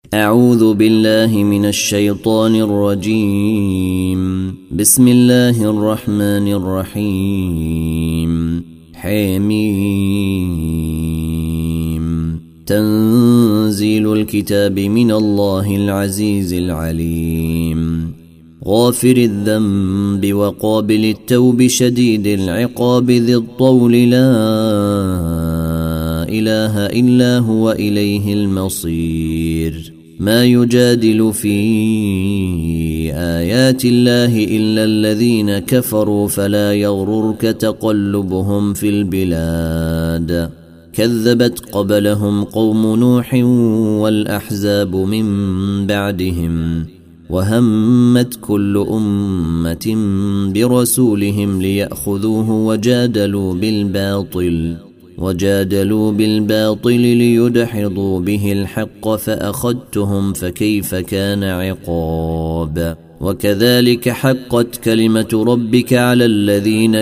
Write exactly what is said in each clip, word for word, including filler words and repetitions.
أعوذ بالله من الشيطان الرجيم. بسم الله الرحمن الرحيم. حميم. تنزيل الكتاب من الله العزيز العليم. غافر الذنب وقابل التوب شديد العقاب ذي الطول لا إله إلا هو إليه المصير. ما يجادل في آيات الله إلا الذين كفروا فلا يغررك تقلبهم في البلاد. كذبت قبلهم قوم نوح والأحزاب من بعدهم وهمت كل أمة برسولهم ليأخذوه وجادلوا بالباطل وجادلوا بالباطل ليدحضوا به الحق فأخذتهم فكيف كان عقاب. وكذلك حقت كلمة ربك على الذين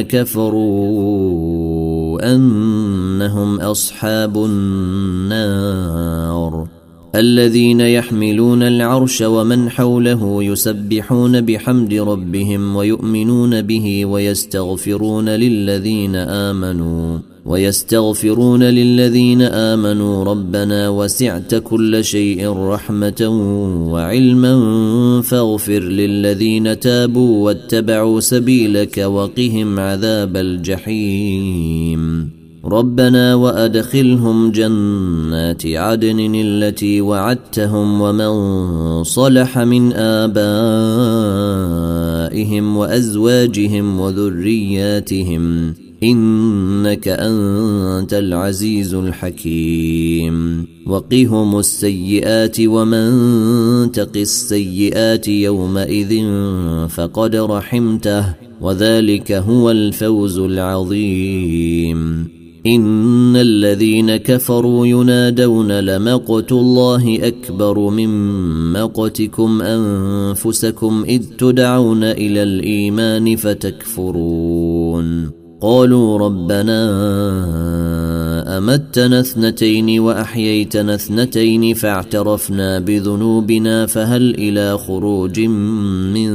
كفروا أنهم أصحاب النار. الذين يحملون العرش ومن حوله يسبحون بحمد ربهم ويؤمنون به ويستغفرون للذين آمنوا ويستغفرون للذين آمنوا ربنا وسعت كل شيء رحمة وعلما فاغفر للذين تابوا واتبعوا سبيلك وقهم عذاب الجحيم. ربنا وأدخلهم جنات عدن التي وعدتهم ومن صلح من آبائهم وأزواجهم وذرياتهم إنك أنت العزيز الحكيم. وقهم السيئات ومن تق السيئات يومئذ فقد رحمته وذلك هو الفوز العظيم. إن الذين كفروا ينادون لمقت الله أكبر من مقتكم أنفسكم إذ تدعون إلى الإيمان فتكفرون. قالوا ربنا أمتنا اثنتين وأحييتنا اثنتين فاعترفنا بذنوبنا فهل إلى خروج من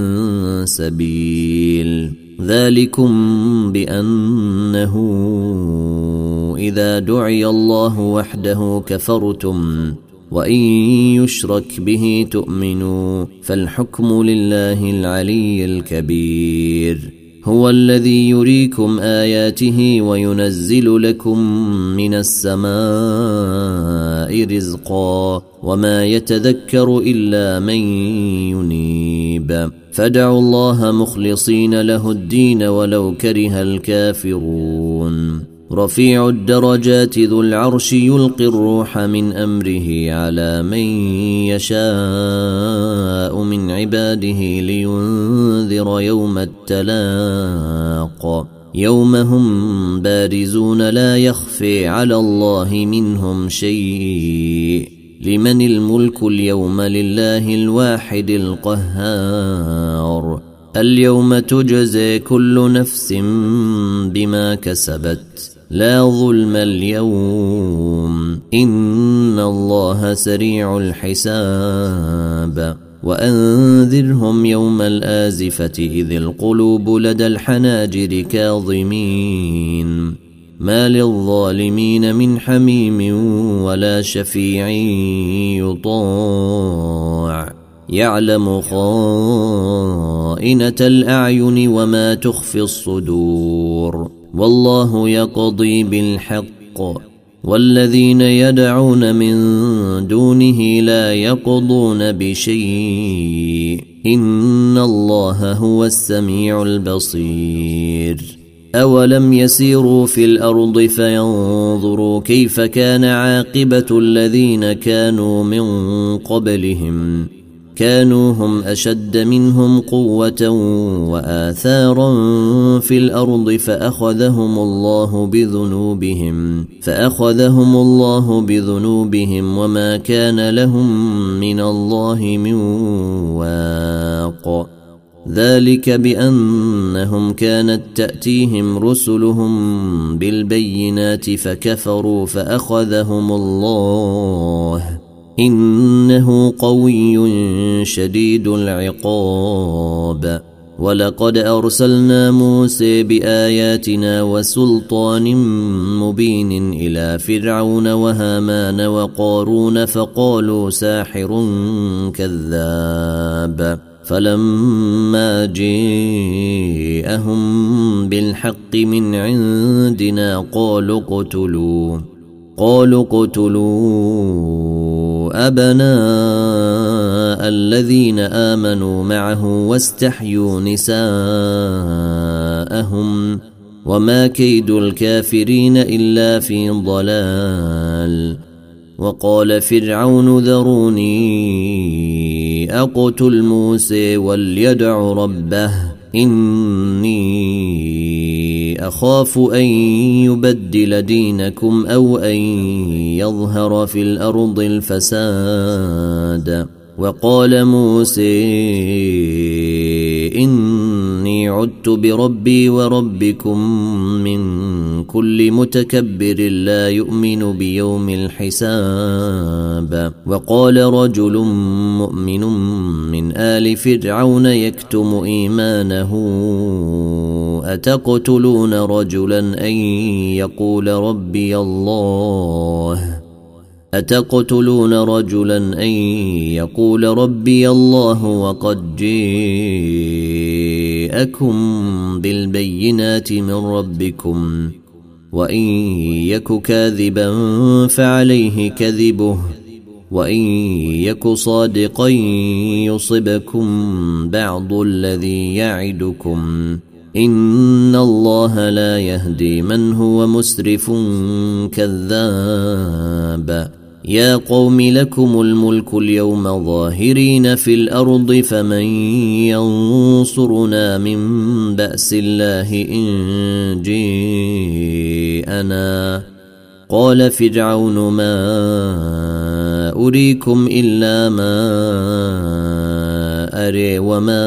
سبيل. ذلكم بأنه إذا دعي الله وحده كفرتم وإن يشرك به تؤمنوا فالحكم لله العلي الكبير. هو الذي يريكم آياته وينزل لكم من السماء رزقا وما يتذكر إلا من ينيب. فادعوا الله مخلصين له الدين ولو كره الكافرون. رفيع الدرجات ذو العرش يلقي الروح من أمره على من يشاء من عباده لينذر يوم التلاق. يوم هم بارزون لا يخفي على الله منهم شيء. لمن الملك اليوم لله الواحد القهار. اليوم تجزي كل نفس بما كسبت لا ظلم اليوم إن الله سريع الحساب. وأنذرهم يوم الآزفة إذ القلوب لدى الحناجر كاظمين ما للظالمين من حميم ولا شفيع يطاع. يعلم خائنة الأعين وما تخفي الصدور والله يقضي بالحق والذين يدعون من دونه لا يقضون بشيء إن الله هو السميع البصير. أولم يسيروا في الأرض فينظروا كيف كان عاقبة الذين كانوا من قبلهم كانوا هم أشد منهم قوة وآثارا في الأرض فأخذهم الله بذنوبهم فأخذهم الله بذنوبهم وما كان لهم من الله من واق. ذلك بأنهم كانت تأتيهم رسلهم بالبينات فكفروا فأخذهم الله إنه قوي شديد العقاب ولقد أرسلنا موسى بآياتنا وسلطان مبين إلى فرعون وهامان وقارون فقالوا ساحر كذاب فلما جاءهم بالحق من عندنا قالوا اقتلوا قالوا اقتلوا أبناء الذين آمنوا معه واستحيوا نساءهم وما كيد الكافرين إلا في ضلال وقال فرعون ذروني أقتل موسى وليدع ربه إني أخاف أن يبدل دينكم أو أن يظهر في الأرض الفساد وقال موسى إني عدت بربي وربكم من كل متكبر لا يؤمن بيوم الحساب وقال رجل مؤمن من آل فرعون يكتم إيمانه أتقتلون رجلا أن يقول ربي الله أتقتلون رجلا أن يقول ربي الله وقد جاءكم بالبينات من ربكم وإن يك كاذبا فعليه كذبه وإن يك صادقا يصبكم بعض الذي يعدكم إن الله لا يهدي من هو مسرف كذاب يا قوم لكم الملك اليوم ظاهرين في الأرض فمن ينصرنا من بأس الله إن جاءنا قال فرعون ما أريكم إلا ما أري وما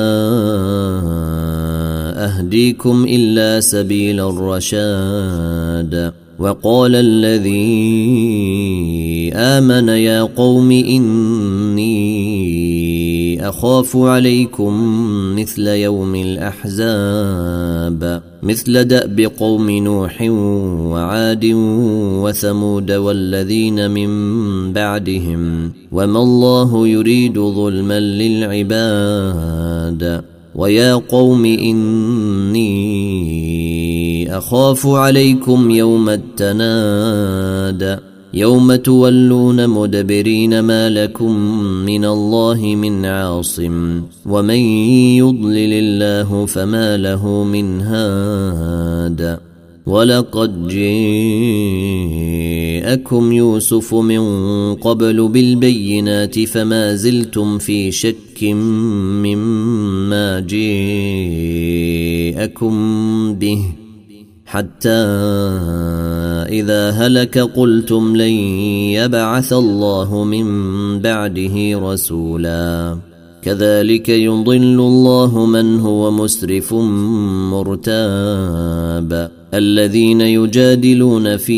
أهديكم إلا سبيل الرشاد وقال الذي آمن يا قوم إني أخاف عليكم مثل يوم الأحزاب مثل دأب قوم نوح وعاد وثمود والذين من بعدهم وما الله يريد ظلما للعباد ويا قوم إني أخاف عليكم يوم التناد يوم تولون مدبرين ما لكم من الله من عاصم ومن يضلل الله فما له من هاد ولقد جاءكم يوسف من قبل بالبينات فما زلتم في شك مما جاءكم به حتى إذا هلك قلتم لن يبعث الله من بعده رسولا كذلك يضل الله من هو مسرف مرتاب الذين يجادلون في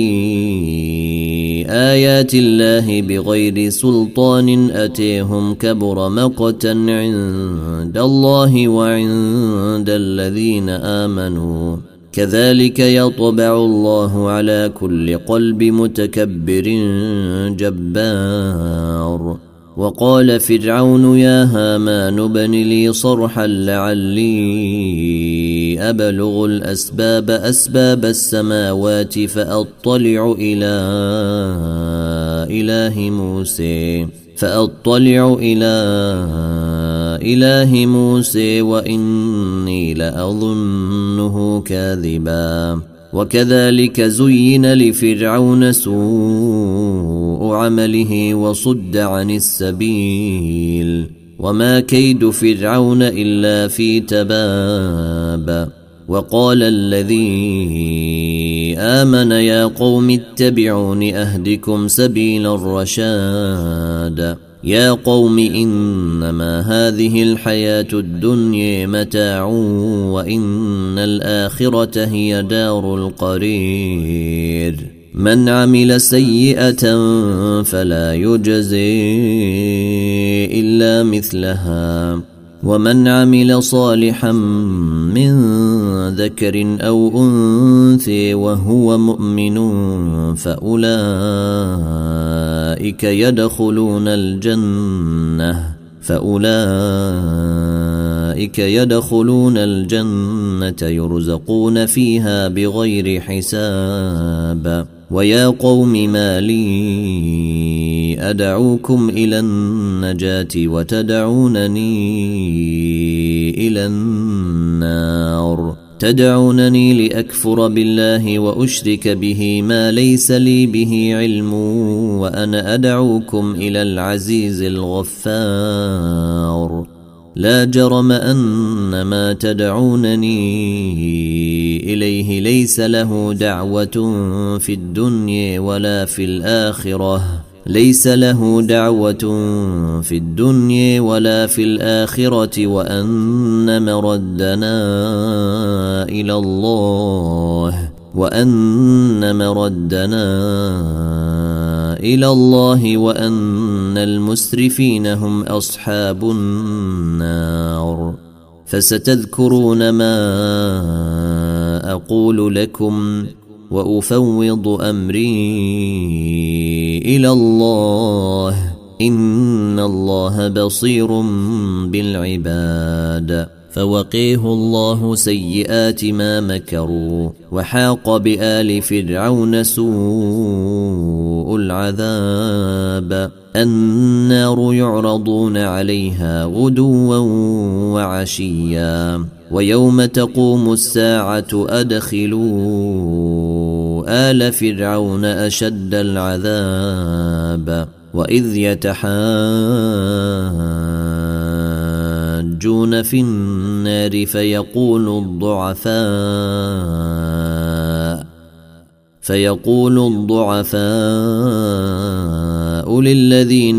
آيات الله بغير سلطان أتيهم كبر مقتا عند الله وعند الذين آمنوا كذلك يطبع الله على كل قلب متكبر جبار وقال فرعون يا هامان ابن لي صرحا لعلي أبلغ الأسباب أسباب السماوات فأطلع إلى إله موسى فأطلع إلى إله موسى وإني لأظنه كاذبا وكذلك زين لفرعون سوء عمله وصد عن السبيل وما كيد فرعون إلا في تباب وقال الذي آمن يا قوم اتبعون أهدكم سبيل الرشاد يا قوم إنما هذه الحياة الدنيا متاع وإن الآخرة هي دار القرير من عمل سيئة فلا يجزي إلا مثلها ومن عمل صالحا من ذكر أو أنثى وهو مؤمن فأولئك يدخلون الجنة فأولئك يدخلون الجنة يرزقون فيها بغير حساب. ويا قوم ما لي أدعوكم إلى النجاة وتدعونني إلى النار تدعونني لأكفر بالله وأشرك به ما ليس لي به علم وأنا أدعوكم إلى العزيز الغفار. لا جرم أن ما تدعونني إليه ليس له دعوة في الدنيا ولا في الآخرة ليس له دعوة في الدنيا ولا في الآخرة وأن مردنا إلى الله وأن مردنا إلى الله وأن المسرفين هم أصحاب النار. فستذكرون ما أقول لكم وأفوض أمري إلى الله إن الله بصير بالعباد. فوقيه الله سيئات ما مكروا وحاق بآل فرعون سوء العذاب. النار يعرضون عليها غدوا وعشيا ويوم تقوم الساعة أدخلوا آل فرعون أشد العذاب. وإذ يتحاجون في النار فيقول الضعفاء فيقول الضعفاء للذين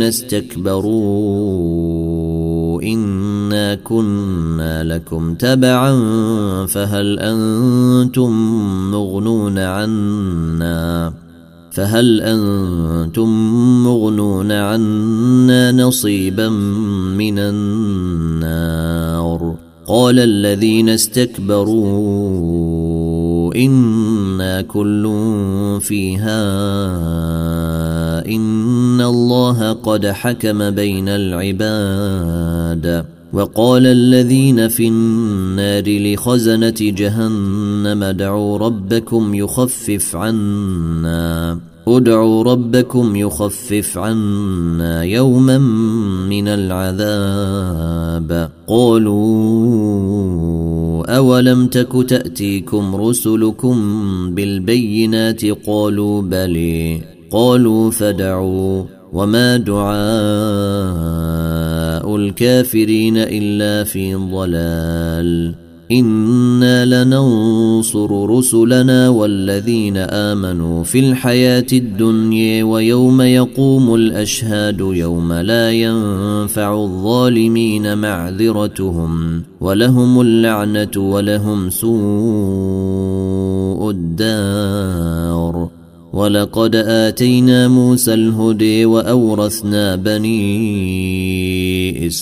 استكبروا إنا كنا لكم تبعا فهل أنتم مغنون عنا فهل أنتم مغنون عنا نصيبا من النار. قال الذين استكبروا إنا كل فيها إن الله قد حكم بين العباد. وقال الذين في النار لخزنة جهنم ادعوا ربكم يخفف عنا ادعوا ربكم يخفف عنا يوما من العذاب. قالوا أولم تك تأتيكم رسلكم بالبينات قالوا بلى قالوا فادعوا وما دعاء الكافرين إلا في ضلال. إنا لننصر رسلنا والذين آمنوا في الحياة الدنيا ويوم يقوم الأشهاد يوم لا ينفع الظالمين معذرتهم ولهم اللعنة ولهم سوء الدار. ولقد آتينا موسى الهدى وأورثنا بني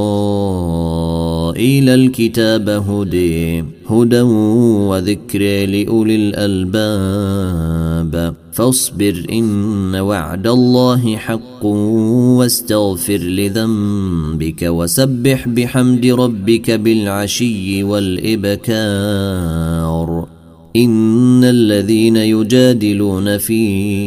إسرائيل الكتاب هدى هدى وذكر لأولي الألباب. فاصبر إن وعد الله حق واستغفر لذنبك وسبح بحمد ربك بالعشي والإبكار. إن الذين يجادلون في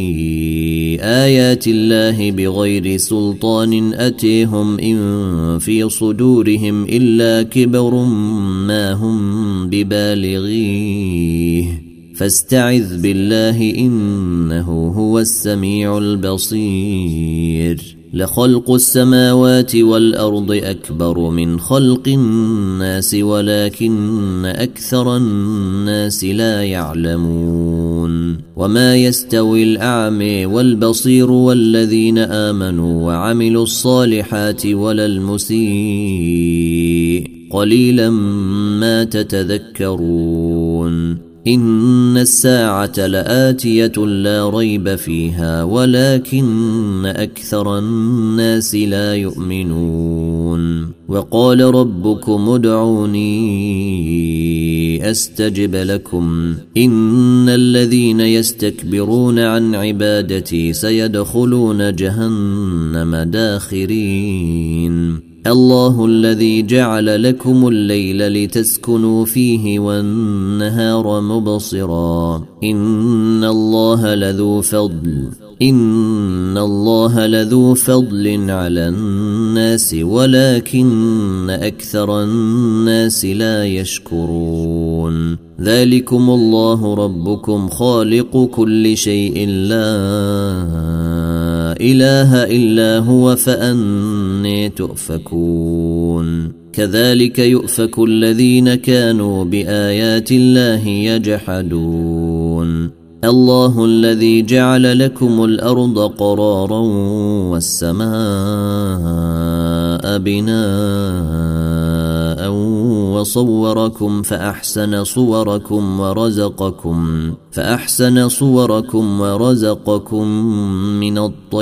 آيات الله بغير سلطان أتيهم إن في صدورهم إلا كبر ما هم ببالغيه فاستعذ بالله إنه هو السميع البصير. لخلق السماوات والأرض أكبر من خلق الناس ولكن أكثر الناس لا يعلمون. وما يستوي الأعمى والبصير والذين آمنوا وعملوا الصالحات ولا المسيء قليلا ما تتذكرون. إن الساعة لآتية لا ريب فيها ولكن أكثر الناس لا يؤمنون وقال ربكم ادعوني أستجب لكم إن الذين يستكبرون عن عبادتي سيدخلون جهنم داخرين الله الذي جعل لكم الليل لتسكنوا فيه والنهار مبصرا إن الله لذو فضل إن الله لذو فضل على الناس ولكن أكثر الناس لا يشكرون ذلكم الله ربكم خالق كل شيء لا إله إلا هو فأني تؤفكون كذلك يؤفك الذين كانوا بآيات الله يجحدون الله الذي جعل لكم الأرض قرارا والسماء بناء وصوركم فأحسن صوركم ورزقكم فأحسن صوركم ورزقكم من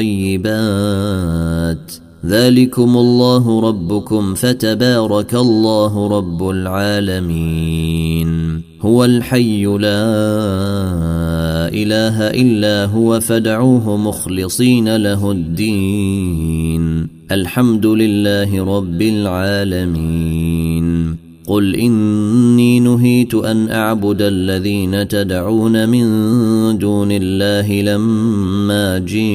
الطيبات ذلكم الله ربكم فتبارك الله رب العالمين هو الحي لا إله إلا هو فادعوه مخلصين له الدين الحمد لله رب العالمين قل إني نهيت أن أعبد الذين تدعون من دون الله لما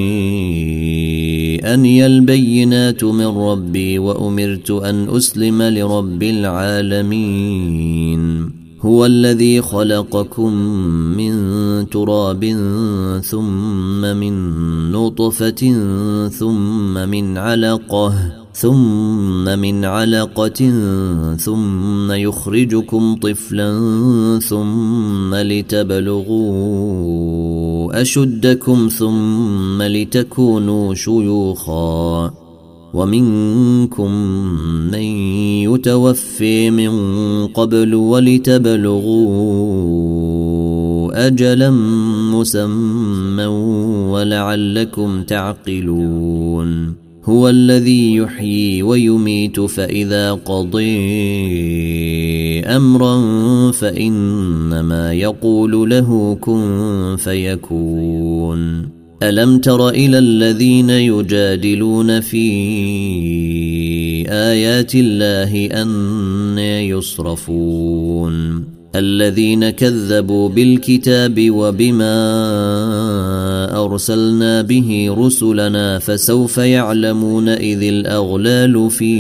جاءني البينات من ربي وأمرت أن أسلم لرب العالمين هو الذي خلقكم من تراب ثم من نطفة ثم من علقة ثم من علقة ثم يخرجكم طفلا ثم لتبلغوا أشدكم ثم لتكونوا شيوخا ومنكم من يتوفي من قبل ولتبلغوا أجلا مسمى ولعلكم تعقلون هو الذي يحيي ويميت فإذا قضي أمرا فإنما يقول له كن فيكون ألم تر إلى الذين يجادلون في آيات الله أن يصرفون الذين كذبوا بالكتاب وبما أرسلنا به رسلنا فسوف يعلمون إذ الأغلال في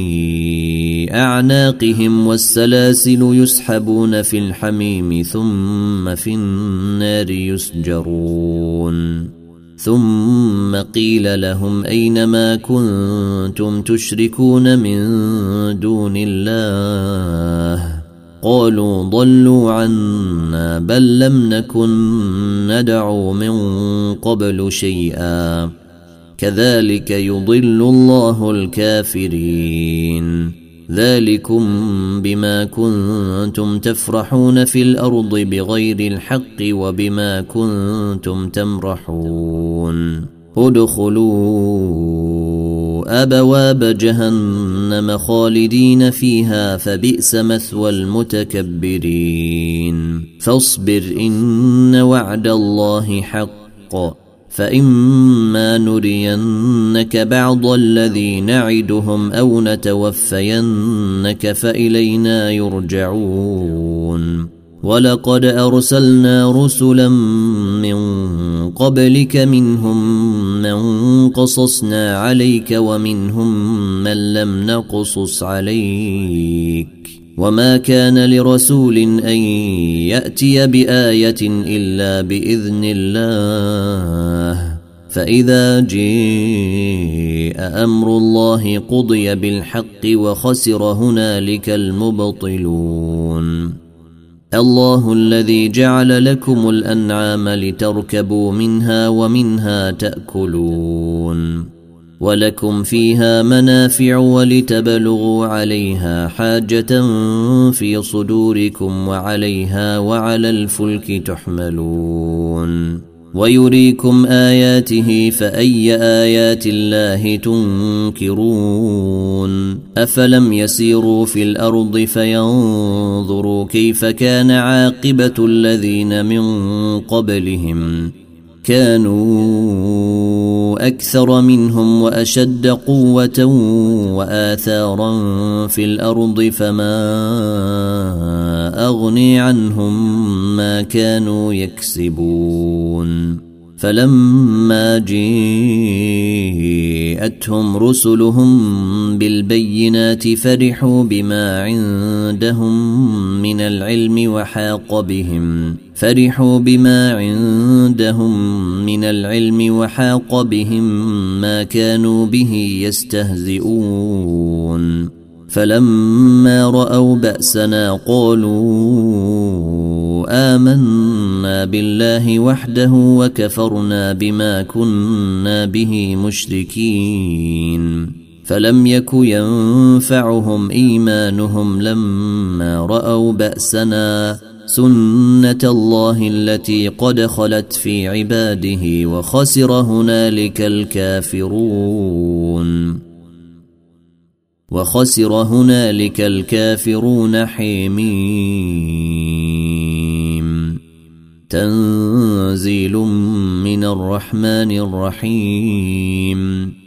أعناقهم والسلاسل يسحبون في الحميم ثم في النار يسجرون ثم قيل لهم أين ما كنتم تشركون من دون الله قالوا ضلوا عنا بل لم نكن ندعو من قبل شيئا كذلك يضل الله الكافرين ذلكم بما كنتم تفرحون في الأرض بغير الحق وبما كنتم تمرحون ادخلوا أبواب جهنم خالدين فيها فبئس مثوى المتكبرين فاصبر إن وعد الله حق فإما نرينك بعض الذي نعدهم أو نتوفينك فإلينا يرجعون ولقد أرسلنا رسلا من قبلك منهم من قصصنا عليك ومنهم من لم نقصص عليك وما كان لرسول أن يأتي بآية إلا بإذن الله فإذا جاء أمر الله قضي بالحق وخسر هنالك المبطلون الله الذي جعل لكم الأنعام لتركبوا منها ومنها تأكلون ولكم فيها منافع ولتبلغوا عليها حاجة في صدوركم وعليها وعلى الفلك تحملون ويريكم آياته فأي آيات الله تنكرون أفلم يسيروا في الأرض فينظروا كيف كان عاقبة الذين من قبلهم كانوا أكثر منهم وأشد قوة وآثارا في الأرض فما أغني عنهم ما كانوا يكسبون فلما جاءتهم رسلهم بالبينات فرحوا بما عندهم من العلم وحاق بهم فرحوا بما عندهم من العلم وحاق بهم ما كانوا به يستهزئون فلما رأوا بأسنا قالوا آمنا بالله وحده وكفرنا بما كنا به مشركين فلم يك ينفعهم إيمانهم لما رأوا بأسنا سنة الله التي قد خلت في عباده وخسر هنالك الكافرون وخسر هنالك الكافرون حميم تنزيل من الرحمن الرحيم